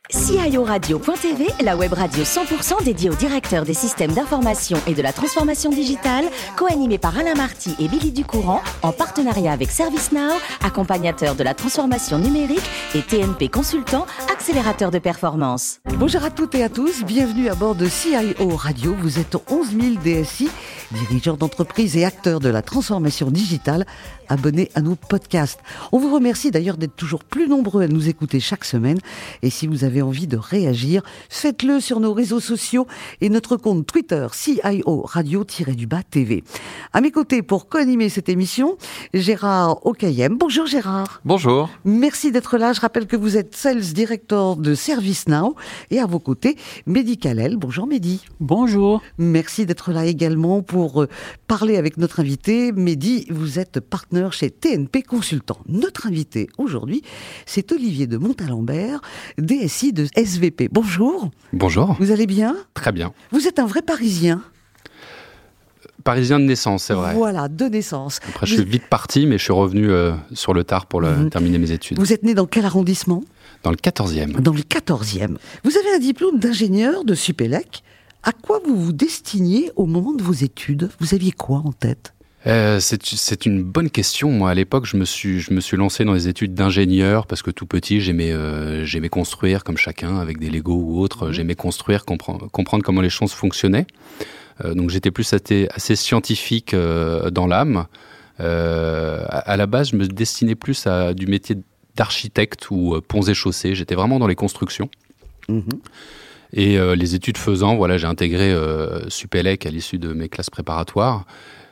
CIORadio.tv, la web radio 100% dédiée aux directeurs des systèmes d'information et de la transformation digitale, co-animée par Alain Marty et Billy Ducourant, en partenariat avec ServiceNow, accompagnateur de la transformation numérique, et TNP Consultant, accélérateur de performance. Bonjour à toutes et à tous, bienvenue à bord de CIO Radio. Vous êtes 11 000 DSI, dirigeants d'entreprise et acteurs de la transformation digitale, abonnés à nos podcasts. On vous remercie d'ailleurs d'être toujours plus nombreux à nous écouter chaque semaine. Et si vous avez envie de réagir, faites-le sur nos réseaux sociaux et notre compte Twitter CIO Radio-TV. À mes côtés pour co-animer cette émission, Gérard Okayem. Bonjour Gérard. Bonjour. Merci d'être là. Je rappelle que vous êtes Sales Director de ServiceNow et à vos côtés, Mehdi Khalel. Bonjour Mehdi. Bonjour. Merci d'être là également pour parler avec notre invité. Mehdi, vous êtes partenaire chez TNP Consultant. Notre invité aujourd'hui, c'est Olivier de Montalembert, DSI de SVP. Bonjour. Bonjour. Vous allez bien ? Très bien. Vous êtes un vrai Parisien ? Parisien de naissance, c'est vrai. Voilà, de naissance. Après, je suis vite parti, mais je suis revenu sur le tard pour terminer mes études. Vous êtes né dans quel arrondissement ? Dans le 14e. Dans le 14e. Vous avez un diplôme d'ingénieur de Supélec. À quoi vous vous destiniez au moment de vos études ? Vous aviez quoi en tête ? C'est une bonne question. Moi, à l'époque, je me suis lancé dans les études d'ingénieur parce que tout petit, j'aimais construire comme chacun avec des Lego ou autres. J'aimais construire, comprendre comment les choses fonctionnaient. Donc, j'étais plus assez scientifique dans l'âme. À la base, je me destinais plus à du métier d'architecte ou ponts et chaussées. J'étais vraiment dans les constructions. Et les études faisant, voilà, j'ai intégré Supélec à l'issue de mes classes préparatoires.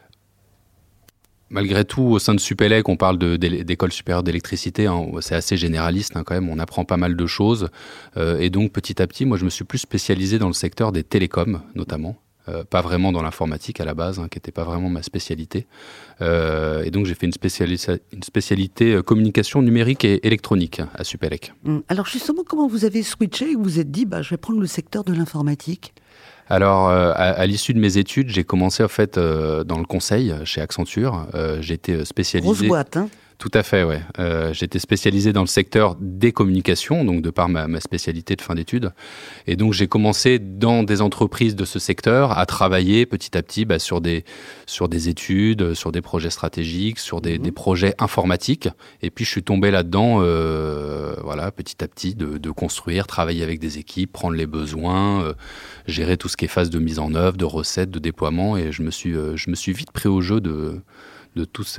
Malgré tout, au sein de Supélec, on parle d'école supérieure d'électricité. Hein, c'est assez généraliste quand même. On apprend pas mal de choses. Et donc, petit à petit, moi, je me suis plus spécialisé dans le secteur des télécoms, notamment. Pas vraiment dans l'informatique à la base, qui n'était pas vraiment ma spécialité. Et donc, j'ai fait une spécialité communication numérique et électronique à Supélec. Alors, justement, comment vous avez switché et vous vous êtes dit, je vais prendre le secteur de l'informatique ? Alors, à l'issue de mes études, j'ai commencé en fait dans le conseil chez Accenture. J'étais spécialisé. Grosse boîte, hein ? Tout à fait, ouais. J'étais spécialisé dans le secteur des communications, donc de par ma spécialité de fin d'études. Et donc, j'ai commencé dans des entreprises de ce secteur à travailler petit à petit sur des études, sur des projets stratégiques, sur des projets informatiques. Et puis, je suis tombé là-dedans, petit à petit, de construire, travailler avec des équipes, prendre les besoins, gérer tout ce qui est phase de mise en œuvre, de recettes, de déploiement. Et je me suis vite pris au jeu de toute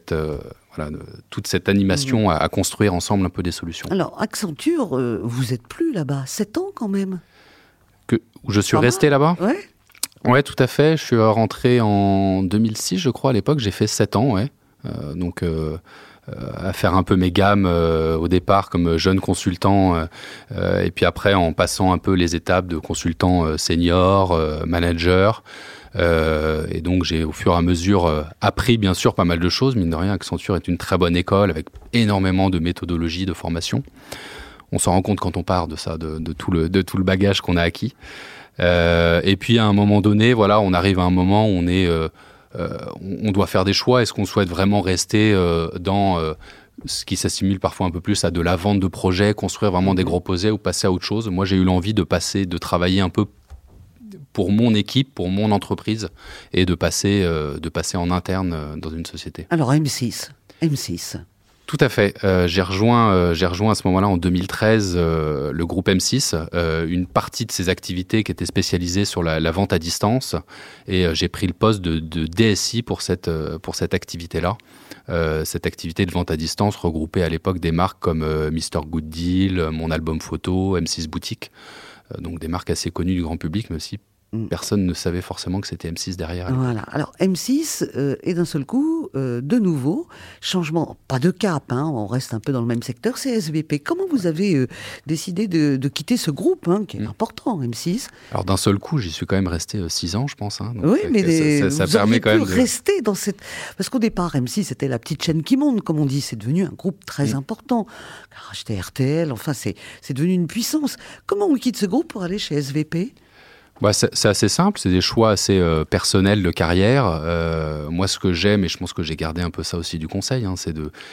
cette animation à construire ensemble un peu des solutions. Alors, Accenture, vous n'êtes plus là-bas, 7 ans quand même. Où je suis resté là-bas ? Ouais, tout à fait. Je suis rentré en 2006, je crois, à l'époque. J'ai fait 7 ans, ouais. À faire un peu mes gammes au départ comme jeune consultant. Et puis après, en passant un peu les étapes de consultant senior, manager. Et donc j'ai au fur et à mesure appris bien sûr pas mal de choses. Mine de rien, Accenture est une très bonne école avec énormément de méthodologie, de formation. On s'en rend compte quand on part de ça, de tout le bagage qu'on a acquis. Et puis à un moment donné, voilà, on arrive à un moment où on doit faire des choix. Est-ce qu'on souhaite vraiment rester dans ce qui s'assimile parfois un peu plus à de la vente de projets, construire vraiment des gros projets ou passer à autre chose ? Moi, j'ai eu l'envie de travailler un peu pour mon équipe, pour mon entreprise, et de passer en interne dans une société. Alors M6. Tout à fait. J'ai rejoint à ce moment-là, en 2013, le groupe M6, une partie de ses activités qui était spécialisée sur la vente à distance, et j'ai pris le poste de DSI pour cette activité-là. Cette activité de vente à distance regroupait à l'époque des marques comme Mr Good Deal, Mon Album Photo, M6 Boutique, donc des marques assez connues du grand public, mais aussi personne ne savait forcément que c'était M6 derrière. Voilà. Alors M6 et d'un seul coup, de nouveau, changement, pas de cap, on reste un peu dans le même secteur, c'est SVP. Comment vous avez décidé de quitter ce groupe qui est important, M6 ? Alors d'un seul coup, j'y suis quand même resté 6 ans, je pense. Donc, oui, mais ça vous permet quand même de rester dans cette... Parce qu'au départ, M6, c'était la petite chaîne qui monte, comme on dit. C'est devenu un groupe très important. Racheté RTL, enfin, c'est devenu une puissance. Comment on quitte ce groupe pour aller chez SVP ? C'est assez simple, c'est des choix assez personnels de carrière. Moi, ce que j'aime, et je pense que j'ai gardé un peu ça aussi du conseil, c'est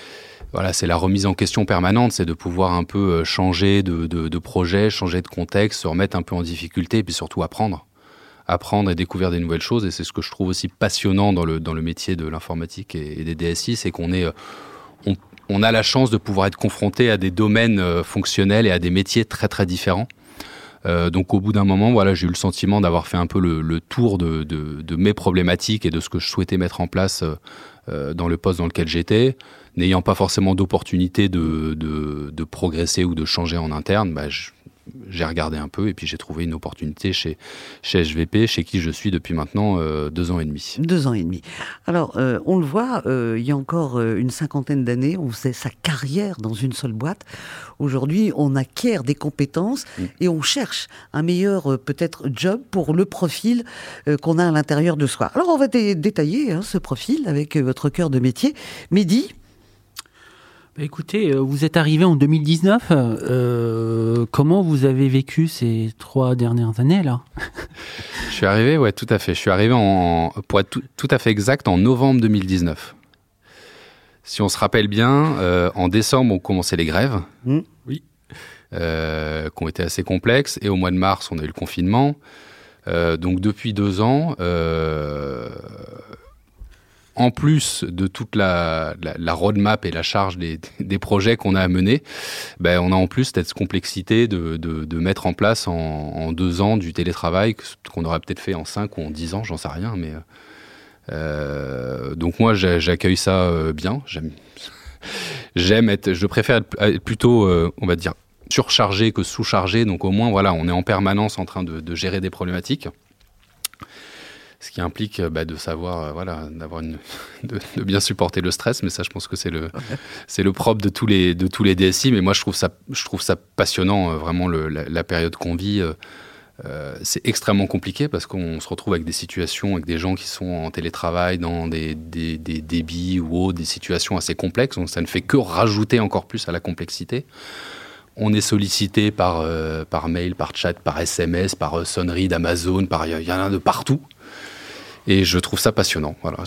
voilà, c'est la remise en question permanente, c'est de pouvoir un peu changer de projet, changer de contexte, se remettre un peu en difficulté et puis surtout apprendre et découvrir des nouvelles choses. Et c'est ce que je trouve aussi passionnant dans le métier de l'informatique et des DSI, c'est qu'on on a la chance de pouvoir être confronté à des domaines fonctionnels et à des métiers très très différents. Donc au bout d'un moment, voilà, j'ai eu le sentiment d'avoir fait un peu le tour de mes problématiques et de ce que je souhaitais mettre en place dans le poste dans lequel j'étais. N'ayant pas forcément d'opportunité de progresser ou de changer en interne, j'ai regardé un peu et puis j'ai trouvé une opportunité chez SVP, chez qui je suis depuis maintenant 2 ans et demi. 2 ans et demi. Alors, on le voit, il y a encore une 50aine d'années, on faisait sa carrière dans une seule boîte. Aujourd'hui, on acquiert des compétences et on cherche un meilleur, peut-être, job pour le profil qu'on a à l'intérieur de soi. Alors, on va détailler ce profil avec votre cœur de métier. Mehdi ? Écoutez, vous êtes arrivé en 2019. Comment vous avez vécu ces 3 dernières années là ? Je suis arrivé, ouais, tout à fait. Je suis arrivé pour être tout à fait exact, en novembre 2019. Si on se rappelle bien, en décembre, on commençait les grèves. Oui. Qui ont été assez complexes. Et au mois de mars, on a eu le confinement. Donc depuis 2 ans. En plus de toute la roadmap et la charge des projets qu'on a à mener, on a en plus cette complexité de mettre en place en 2 ans du télétravail qu'on aurait peut-être fait en 5 ou en 10 ans, j'en sais rien. Mais donc moi, j'accueille ça bien. Je préfère être plutôt, on va dire, surchargé que sous-chargé. Donc au moins, voilà, on est en permanence en train de gérer des problématiques. Ce qui implique de savoir, de bien supporter le stress, mais ça, je pense que c'est le propre de tous les DSI. Mais moi, je trouve ça passionnant, vraiment la période qu'on vit. C'est extrêmement compliqué parce qu'on se retrouve avec des situations, avec des gens qui sont en télétravail dans des débits ou autres, des situations assez complexes. Donc, ça ne fait que rajouter encore plus à la complexité. On est sollicité par mail, par chat, par SMS, par sonnerie d'Amazon, il y en a de partout. Et je trouve ça passionnant, voilà,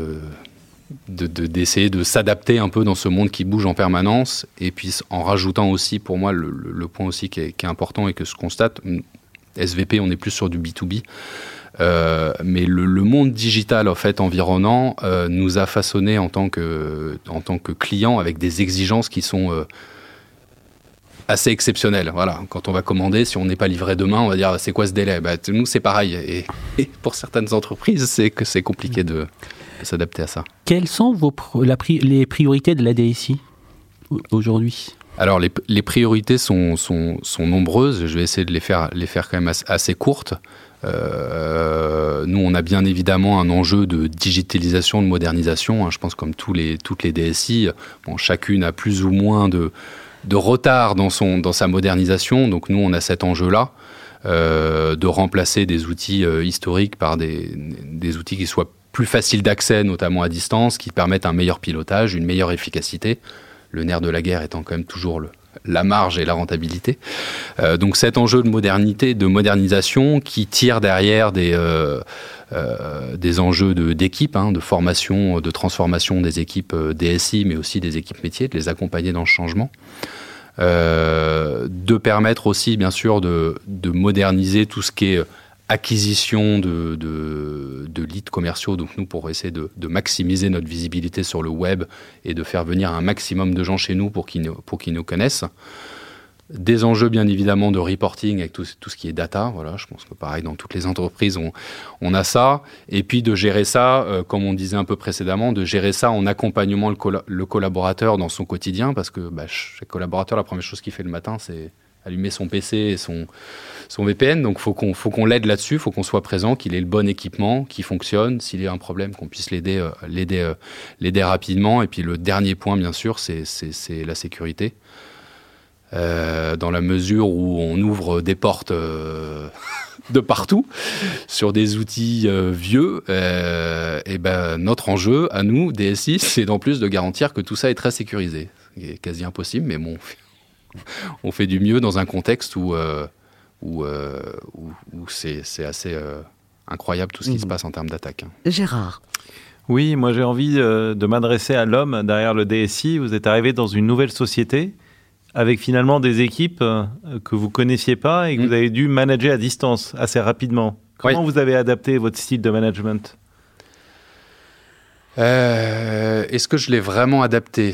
d'essayer de s'adapter un peu dans ce monde qui bouge en permanence. Et puis en rajoutant aussi, pour moi, le point aussi qui est important et que je constate, SVP, on est plus sur du B2B. Mais le monde digital en fait environnant nous a façonné en tant que client avec des exigences qui sont assez exceptionnel. Voilà. Quand on va commander, si on n'est pas livré demain, on va dire c'est quoi ce délai ? Nous, c'est pareil. Et pour certaines entreprises, c'est compliqué de s'adapter à ça. Quelles sont les priorités de la DSI aujourd'hui ? Alors, les priorités sont nombreuses. Je vais essayer de les faire quand même assez courtes. Nous, on a bien évidemment un enjeu de digitalisation, de modernisation. Je pense comme toutes les DSI, chacune a plus ou moins de retard dans sa modernisation. Donc nous, on a cet enjeu-là de remplacer des outils historiques par des outils qui soient plus faciles d'accès, notamment à distance, qui permettent un meilleur pilotage, une meilleure efficacité. Le nerf de la guerre étant quand même toujours la marge et la rentabilité. Donc cet enjeu de modernité, de modernisation qui tire derrière des enjeux d'équipe, de formation, de transformation des équipes DSI, mais aussi des équipes métiers, de les accompagner dans ce changement. De permettre aussi, bien sûr, de moderniser tout ce qui est acquisition de leads commerciaux, donc nous pour essayer de maximiser notre visibilité sur le web et de faire venir un maximum de gens chez nous pour qu'ils nous connaissent. Des enjeux bien évidemment de reporting avec tout ce qui est data, voilà, je pense que pareil dans toutes les entreprises on a ça, et puis de gérer ça, comme on disait un peu précédemment, de gérer ça en accompagnement le collaborateur dans son quotidien, parce que chaque collaborateur, la première chose qu'il fait le matin, c'est allumer son PC et son VPN, donc faut qu'on l'aide là-dessus, faut qu'on soit présent, qu'il ait le bon équipement, qu'il fonctionne, s'il y a un problème, qu'on puisse l'aider rapidement. Et puis le dernier point, bien sûr, c'est la sécurité. Dans la mesure où on ouvre des portes de partout sur des outils vieux, notre enjeu à nous, DSI, c'est en plus de garantir que tout ça est très sécurisé. C'est quasi impossible, mais bon, on fait du mieux dans un contexte où c'est assez incroyable tout ce qui se passe en termes d'attaque. Gérard. Oui, moi j'ai envie de m'adresser à l'homme derrière le DSI. Vous êtes arrivé dans une nouvelle société avec finalement des équipes que vous ne connaissiez pas et que vous avez dû manager à distance assez rapidement. Comment vous avez adapté votre style de management ? Est-ce que je l'ai vraiment adapté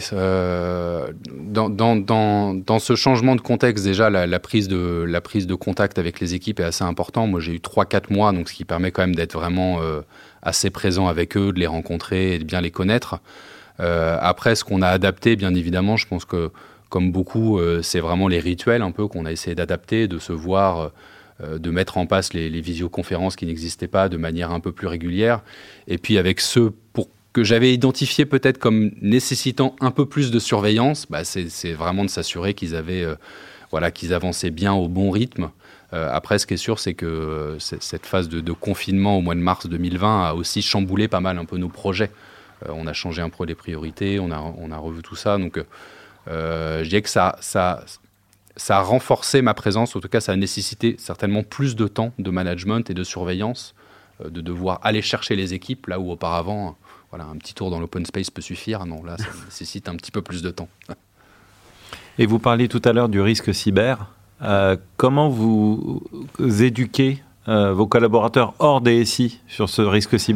dans ce changement de contexte, déjà, la prise de contact avec les équipes est assez importante. Moi, j'ai eu 3-4 mois, donc ce qui permet quand même d'être vraiment assez présent avec eux, de les rencontrer et de bien les connaître. Après, ce qu'on a adapté, bien évidemment, je pense que, comme beaucoup, c'est vraiment les rituels un peu qu'on a essayé d'adapter, de se voir, de mettre en place les visioconférences qui n'existaient pas de manière un peu plus régulière. Et puis, avec ceux que j'avais identifié peut-être comme nécessitant un peu plus de surveillance, c'est vraiment de s'assurer qu'ils avançaient bien au bon rythme. Après, ce qui est sûr, c'est que cette phase de confinement au mois de mars 2020 a aussi chamboulé pas mal un peu nos projets. On a changé un peu les priorités, on a revu tout ça. Donc, je dirais que ça a renforcé ma présence. En tout cas, ça a nécessité certainement plus de temps de management et de surveillance, de devoir aller chercher les équipes, là où auparavant... un petit tour dans l'open space peut suffire. Non, là, ça nécessite un petit peu plus de temps. Et vous parliez tout à l'heure du risque cyber. Comment vous éduquez vos collaborateurs hors DSI sur ce risque cyber ?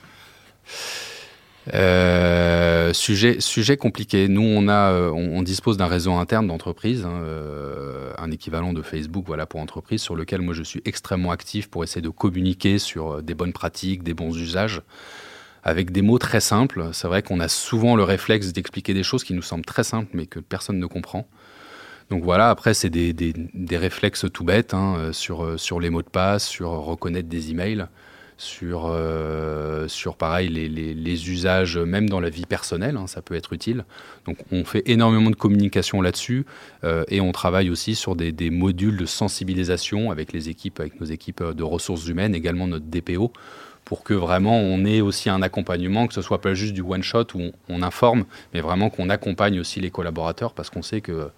Sujet compliqué. Nous, on dispose d'un réseau interne d'entreprise, un équivalent de Facebook pour entreprise, sur lequel moi je suis extrêmement actif pour essayer de communiquer sur des bonnes pratiques, des bons usages, avec des mots très simples. C'est vrai qu'on a souvent le réflexe d'expliquer des choses qui nous semblent très simples, mais que personne ne comprend. Donc voilà, après, c'est des réflexes tout bêtes sur les mots de passe, sur reconnaître des emails, sur pareil, les usages, même dans la vie personnelle, ça peut être utile. Donc on fait énormément de communication là-dessus et on travaille aussi sur des modules de sensibilisation avec nos équipes de ressources humaines, également notre DPO, pour que vraiment on ait aussi un accompagnement, que ce soit pas juste du one-shot où on informe, mais vraiment qu'on accompagne aussi les collaborateurs, parce qu'on sait que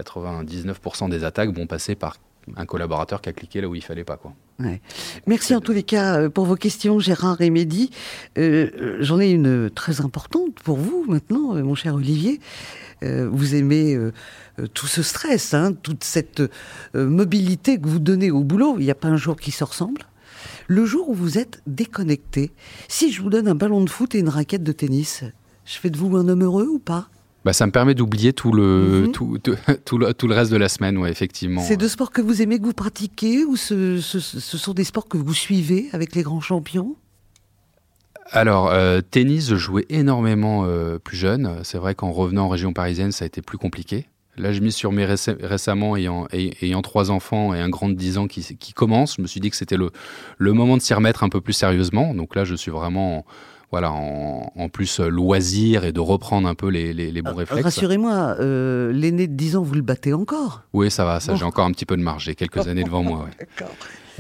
99% des attaques vont passer par un collaborateur qui a cliqué là où il fallait pas, quoi. Ouais. Merci en tous les cas pour vos questions, Gérard et Mehdi. J'en ai une très importante pour vous maintenant, mon cher Olivier. Vous aimez tout ce stress, toute cette mobilité que vous donnez au boulot. Il n'y a pas un jour qui se ressemble. Le jour où vous êtes déconnecté, si je vous donne un ballon de foot et une raquette de tennis, je fais de vous un homme heureux ou pas ? Ça me permet d'oublier tout le reste de la semaine, ouais, effectivement. C'est deux sports que vous aimez, que vous pratiquez, ou ce sont des sports que vous suivez avec les grands champions ? Alors, tennis, je jouais énormément plus jeune. C'est vrai qu'en revenant en région parisienne, ça a été plus compliqué. Là, je m'y suis remis récemment, ayant 3 enfants et un grand de 10 ans qui commence. Je me suis dit que c'était le moment de s'y remettre un peu plus sérieusement. Donc là, je suis vraiment... en plus loisir et de reprendre un peu les bons réflexes. Rassurez-moi, l'aîné de 10 ans, vous le battez encore ? Oui, ça va, j'ai encore un petit peu de marge, j'ai quelques années devant moi. Ouais. D'accord.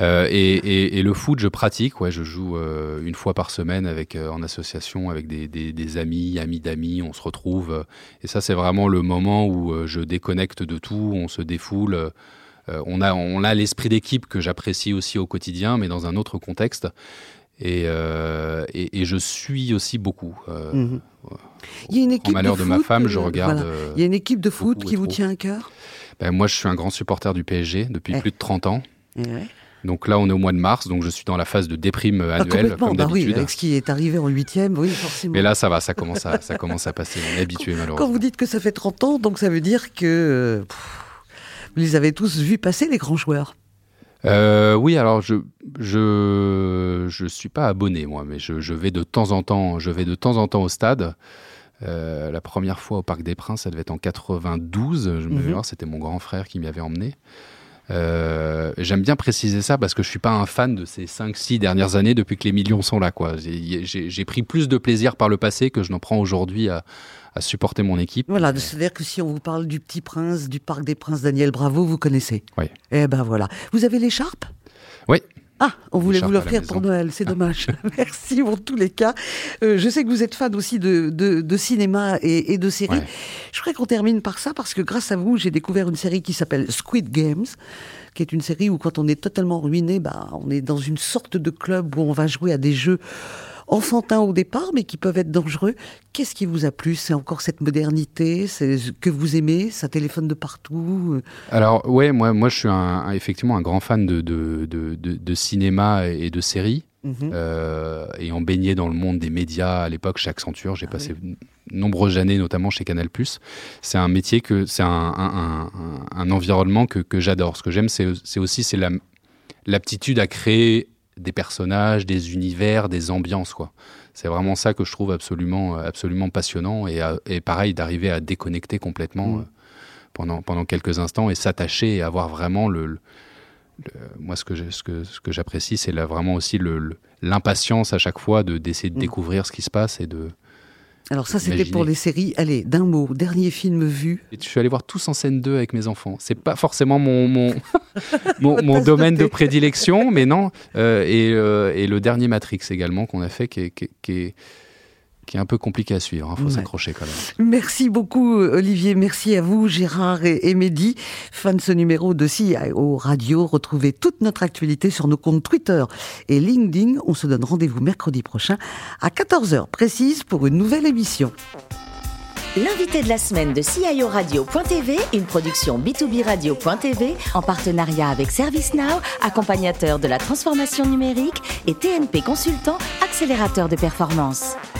Et le foot, je pratique, je joue une fois par semaine en association avec des amis d'amis, on se retrouve. Et ça, c'est vraiment le moment où je déconnecte de tout, on se défoule. On a l'esprit d'équipe que j'apprécie aussi au quotidien, mais dans un autre contexte. Et je suis aussi beaucoup. Il y a une équipe en malheur de ma femme, je regarde. Il y a une équipe de foot qui vous tient à cœur ? Moi, je suis un grand supporter du PSG depuis plus de 30 ans. Ouais. Donc là, on est au mois de mars, donc je suis dans la phase de déprime annuelle, comme d'habitude. Oui, avec ce qui est arrivé en 8e, oui, forcément. Mais là, ça va, ça commence à passer. On est habitué, malheureusement. Quand vous dites que ça fait 30 ans, donc ça veut dire que vous les avez tous vus passer, les grands joueurs ? Oui, alors je suis pas abonné, moi, mais je vais de temps en temps au stade. La première fois au Parc des Princes, ça devait être en 92. Je me souviens, c'était mon grand frère qui m'y avait emmené. J'aime bien préciser ça parce que je suis pas un fan de ces 5-6 dernières années depuis que les millions sont là, quoi. J'ai pris plus de plaisir par le passé que je n'en prends aujourd'hui à supporter mon équipe. Voilà, c'est-à-dire que si on vous parle du Petit Prince, du Parc des Princes, Daniel Bravo, vous connaissez. Oui. Eh ben voilà. Vous avez l'écharpe ? Oui. Ah, on voulait vous l'offrir pour Noël, c'est dommage. Merci en tous les cas. Je sais que vous êtes fan aussi de cinéma et de séries. Ouais. Je voudrais qu'on termine par ça, parce que grâce à vous, j'ai découvert une série qui s'appelle Squid Games, qui est une série où quand on est totalement ruiné, on est dans une sorte de club où on va jouer à des jeux enfantins au départ, mais qui peuvent être dangereux. Qu'est-ce qui vous a plu? C'est encore cette modernité, c'est ce que vous aimez, ça téléphone de partout. Alors ouais, moi je suis effectivement un grand fan de cinéma et de séries. Ayant baigné dans le monde des médias à l'époque chez Accenture, j'ai passé nombreuses années, notamment chez Canal+. C'est un métier c'est un environnement que j'adore. Ce que j'aime, c'est aussi l'aptitude à créer des personnages, des univers, des ambiances, quoi. C'est vraiment ça que je trouve absolument passionnant et pareil, d'arriver à déconnecter complètement pendant quelques instants et s'attacher et avoir vraiment moi, ce que j'apprécie, c'est vraiment aussi l'impatience à chaque fois d'essayer de découvrir ce qui se passe et de. Alors ça, c'était pour les séries. Allez, d'un mot, dernier film vu. Et je suis allé voir Tous en scène 2 avec mes enfants. C'est pas forcément mon domaine de prédilection, mais non. Et le dernier Matrix également qu'on a fait, qui est un peu compliqué à suivre, faut s'accrocher quand même. Merci beaucoup Olivier, merci à vous Gérard et Mehdi. Fin de ce numéro de CIO Radio. Retrouvez toute notre actualité sur nos comptes Twitter et LinkedIn. On se donne rendez-vous mercredi prochain à 14h précise pour une nouvelle émission. L'invité de la semaine de CIO Radio.tv, une production B2B Radio.tv en partenariat avec ServiceNow, accompagnateur de la transformation numérique, et TNP Consultant, accélérateur de performance.